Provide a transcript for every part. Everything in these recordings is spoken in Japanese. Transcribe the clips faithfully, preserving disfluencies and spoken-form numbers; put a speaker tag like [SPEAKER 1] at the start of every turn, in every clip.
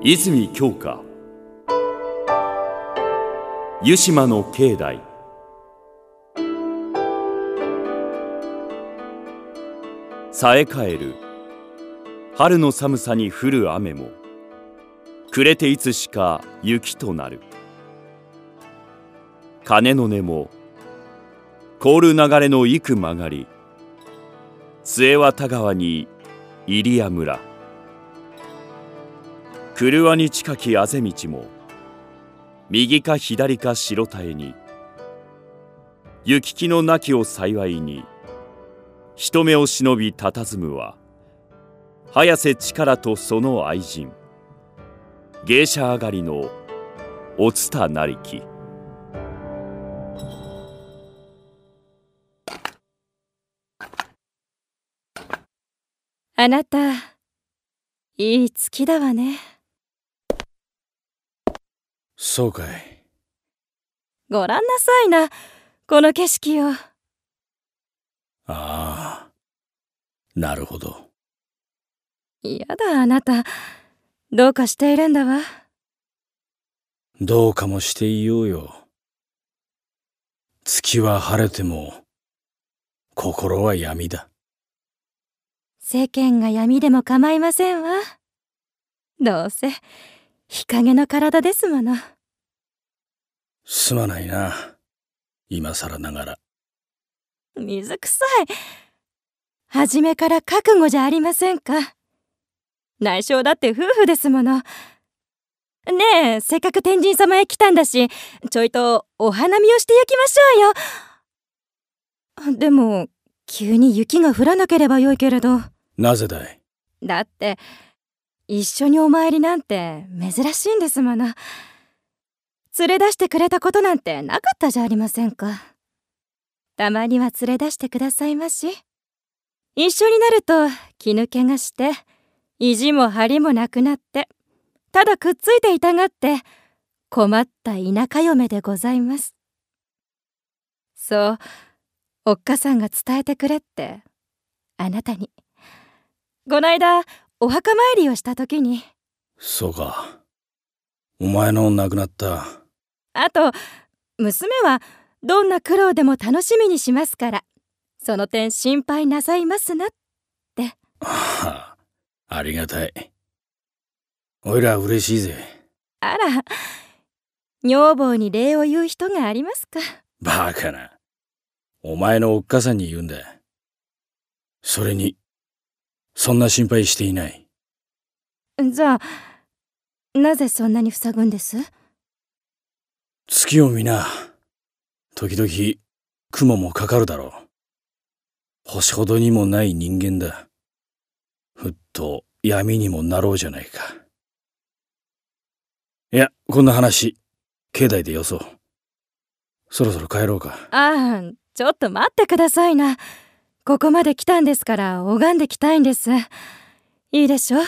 [SPEAKER 1] 泉鏡花。湯島の境内。さえかえる春の寒さに降る雨も、暮れていつしか雪となる。鐘の音も凍る流れの幾曲がり、末は田川に入谷村。廓に近きあぜ道も、右か左か白たえに、行き来のなきを幸いに、人目を忍び佇むは、早瀬力とその愛人、芸者上がりのおつたなりき。
[SPEAKER 2] あなた、いい月だわね。
[SPEAKER 3] そうかい。
[SPEAKER 2] ごらんなさいな、この景色を。
[SPEAKER 3] ああ、なるほど。
[SPEAKER 2] やだ、あなた、どうかしているんだわ。
[SPEAKER 3] どうかもしていようよ。月は晴れても、心は闇だ。
[SPEAKER 2] 世間が闇でも構いませんわ。どうせ日陰の体ですもの。
[SPEAKER 3] すまないな、今更ながら。
[SPEAKER 2] 水くさい。初めから覚悟じゃありませんか。内緒だって夫婦ですもの。ねえ、せっかく天神様へ来たんだし、ちょいとお花見をしてゆきましょうよ。でも急に雪が降らなければよいけれど。
[SPEAKER 3] なぜだい。
[SPEAKER 2] だって一緒にお参りなんて珍しいんですもの。連れ出してくれたことなんてなかったじゃありませんか。たまには連れ出してくださいまし。一緒になると気抜けがして意地も張りもなくなって、ただくっついていたがって困った田舎嫁でございます。そうおっかさんが伝えてくれってあなたにこないだお墓参りをした時に。
[SPEAKER 3] そうか、お前の亡くなった。
[SPEAKER 2] あと娘はどんな苦労でも楽しみにしますから、その点心配なさいますなって。
[SPEAKER 3] はあ、ありがたい。おいら嬉しいぜ。
[SPEAKER 2] あら、女房に礼を言う人がありますか。
[SPEAKER 3] バカな、お前のおっかさんに言うんだ。それにそんな心配していない。
[SPEAKER 2] じゃあなぜそんなに塞ぐんです。
[SPEAKER 3] 月を見な。時々雲もかかるだろう。星ほどにもない人間だ。ふっと闇にもなろうじゃないか。いや、こんな話境内でよそう。そろそろ帰ろうか。
[SPEAKER 2] ああ、ちょっと待ってくださいな。ここまで来たんですから拝んできたいんです。いいでしょ。
[SPEAKER 3] あ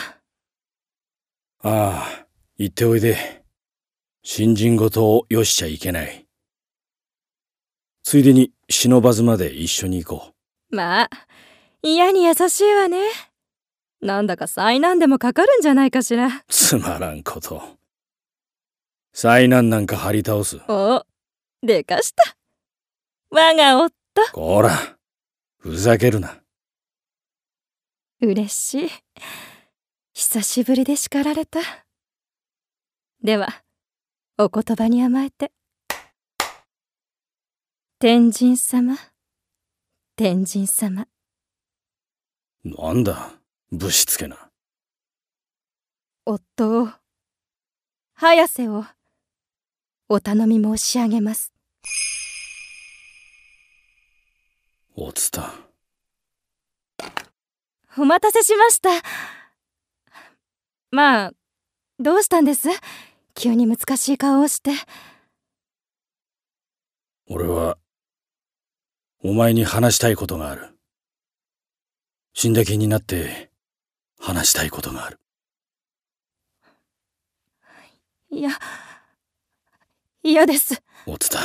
[SPEAKER 3] あ、行っておいで。信心事をよしちゃいけない。ついでに忍ばずまで一緒に行こ
[SPEAKER 2] う。まあ嫌に優しいわね。なんだか災難でもかかるんじゃないかしら。
[SPEAKER 3] つまらんこと。災難なんか張り倒す。
[SPEAKER 2] お、でかした。我が夫。
[SPEAKER 3] こら、ふざけるな。
[SPEAKER 2] 嬉しい。久しぶりで叱られた。ではお言葉に甘えて。天神様、天神様。
[SPEAKER 3] なんだ、ぶしつけな。
[SPEAKER 2] 夫を、早瀬をお頼み申し上げます。
[SPEAKER 3] おつた。
[SPEAKER 2] お待たせしました。まあどうしたんです、急に難しい顔をして。
[SPEAKER 3] 俺はお前に話したいことがある。死んだ気になって話したいことがある。
[SPEAKER 2] いや、嫌です。
[SPEAKER 3] おつた、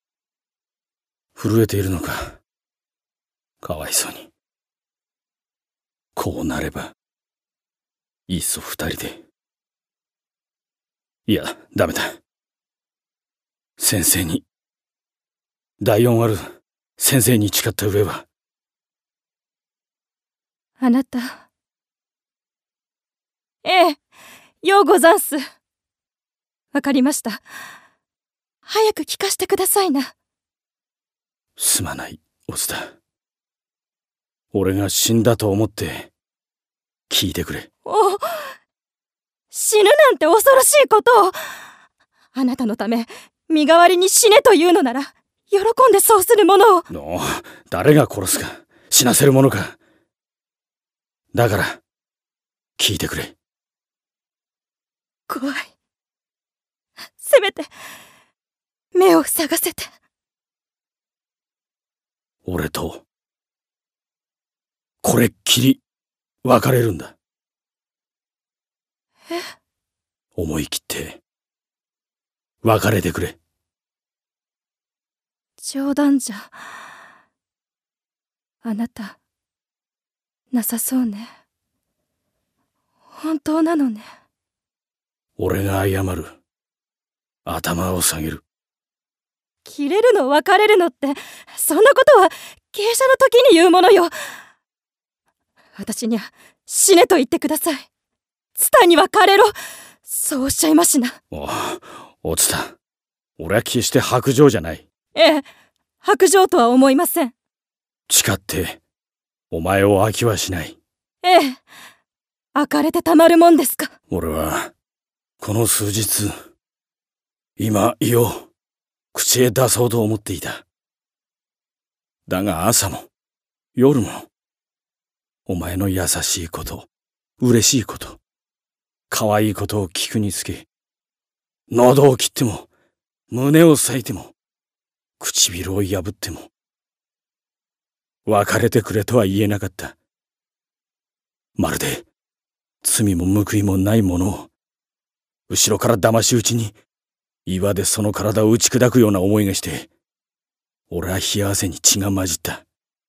[SPEAKER 3] 震えているのか。かわいそうに。こうなればいっそ二人でいや、ダメだ。先生に、第四ある先生に誓った上は。
[SPEAKER 2] あなた。ええ、ようござんす。わかりました。早く聞かせてくださいな。
[SPEAKER 3] すまない、オツだ。俺が死んだと思って、聞いてくれ。
[SPEAKER 2] お、死ぬなんて恐ろしいことを。あなたのため、身代わりに死ねというのなら、喜んでそうするものを。
[SPEAKER 3] の誰が殺すか、死なせるものか。だから、聞いてくれ。
[SPEAKER 2] 怖い。せめて、目を塞がせて。
[SPEAKER 3] 俺と、これっきり、別れるんだ。
[SPEAKER 2] え？
[SPEAKER 3] 思い切って、別れてくれ。
[SPEAKER 2] 冗談じゃ。あなた、なさそうね。本当なのね。
[SPEAKER 3] 俺が謝る。頭を下げる。
[SPEAKER 2] 切れるの別れるのって、そんなことは傾斜の時に言うものよ。私には死ねと言ってください。ツタには枯れろ、そうおっしゃいましな。
[SPEAKER 3] おう、おつだ。俺は決して薄情じゃない。
[SPEAKER 2] ええ、薄情とは思いません。
[SPEAKER 3] 誓って、お前を飽きはしない。
[SPEAKER 2] ええ、飽かれてたまるもんですか。
[SPEAKER 3] 俺は、この数日、今、いよう、口へ出そうと思っていた。だが朝も、夜も、お前の優しいこと、嬉しいこと、可愛いことを聞くにつけ、喉を切っても、胸を裂いても、唇を破っても、別れてくれとは言えなかった。まるで、罪も報いもないものを、後ろから騙し討ちに、岩でその体を打ち砕くような思いがして、俺は冷や汗に血が混じった。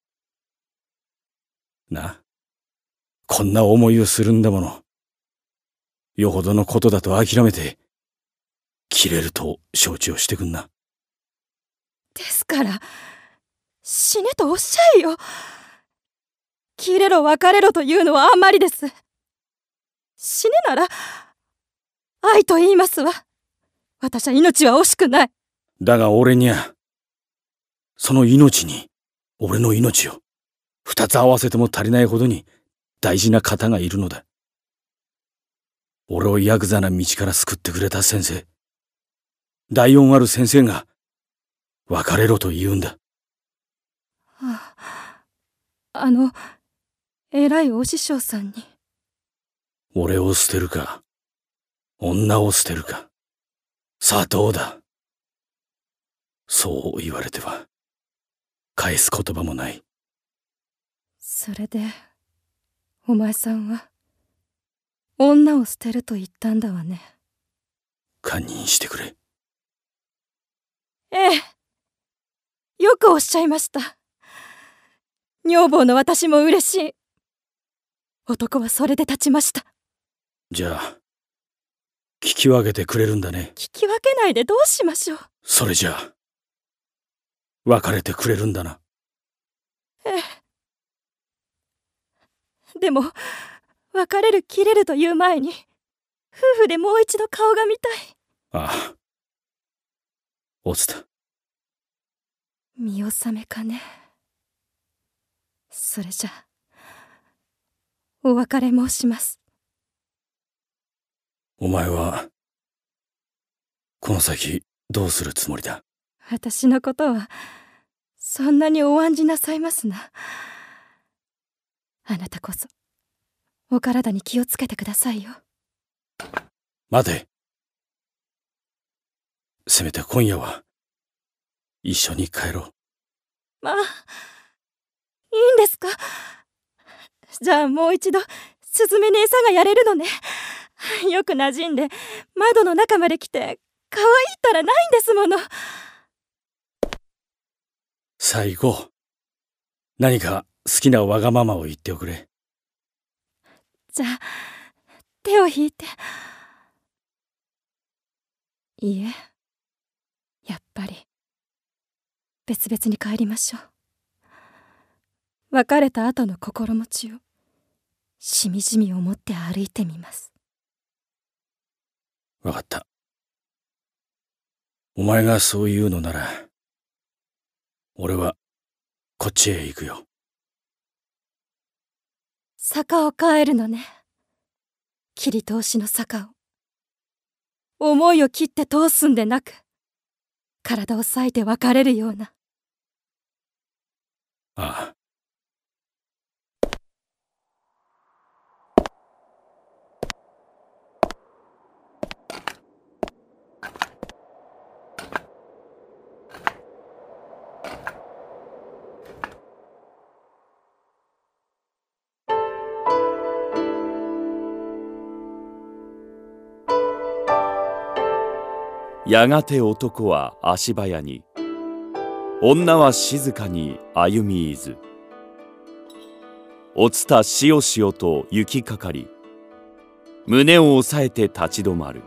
[SPEAKER 3] な、こんな思いをするんだもの。よほどのことだと諦めて、切れると承知をしてくんな。
[SPEAKER 2] ですから、死ねとおっしゃいよ。切れろ別れろというのはあんまりです。死ねなら、愛と言いますわ。私は命は惜しくない。
[SPEAKER 3] だが俺には、その命に、俺の命を、二つ合わせても足りないほどに大事な方がいるのだ。俺をヤクザな道から救ってくれた先生、第四ある先生が、別れろと言うんだ。
[SPEAKER 2] ああ、あの、偉いお師匠さんに。
[SPEAKER 3] 俺を捨てるか、女を捨てるか。さあどうだ。そう言われては、返す言葉もない。
[SPEAKER 2] それで、お前さんは、女を捨てると言ったんだわね。
[SPEAKER 3] 堪忍してくれ。
[SPEAKER 2] ええ、よくおっしゃいました。女房の私も嬉しい。男はそれで立ちました。
[SPEAKER 3] じゃあ、聞き分けてくれるんだね。
[SPEAKER 2] 聞き分けないでどうしましょう。
[SPEAKER 3] それじゃあ、別れてくれるんだな。
[SPEAKER 2] ええ。でも、別れる切れるという前に、夫婦でもう一度顔が見たい。
[SPEAKER 3] ああ。オツだ。
[SPEAKER 2] 見納めかね。それじゃ、お別れ申します。
[SPEAKER 3] お前は、この先どうするつもりだ？
[SPEAKER 2] 私のことは、そんなにお案じなさいますな。あなたこそ、お体に気をつけてくださいよ。
[SPEAKER 3] 待て。せめて今夜は、一緒に帰ろう。
[SPEAKER 2] まあ、いいんですか？じゃあもう一度、スズメに餌がやれるのね。よく馴染んで、窓の中まで来て、可愛いったらないんですもの。
[SPEAKER 3] 最後、何か好きなわがままを言っておくれ。
[SPEAKER 2] じゃあ、手を引いて。 いいえ、やっぱり別々に帰りましょう。別れた後の心持ちをしみじみ思って歩いてみます。
[SPEAKER 3] わかった。お前がそう言うのなら、俺はこっちへ行くよ。
[SPEAKER 2] 坂を帰るのね。切り通しの坂を。思いを切って通すんでなく、体を裂いて別れるような。
[SPEAKER 3] ああ。
[SPEAKER 1] やがて男は足早に、女は静かに歩みいず。おつたしおしおと行きかかり、胸を押さえて立ち止まる。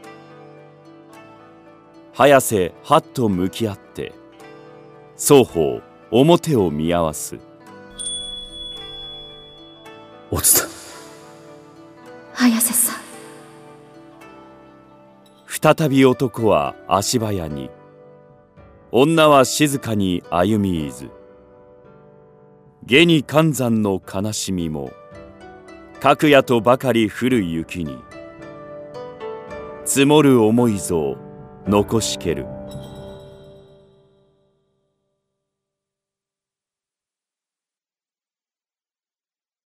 [SPEAKER 1] 早瀬はっと向き合って、双方表を見合わす。
[SPEAKER 3] おつた。
[SPEAKER 2] 早瀬さん。
[SPEAKER 1] 再び男は足早に、女は静かに歩みいず。下に寒山の悲しみも、各夜とばかり降る雪に、積もる思いぞ残しける。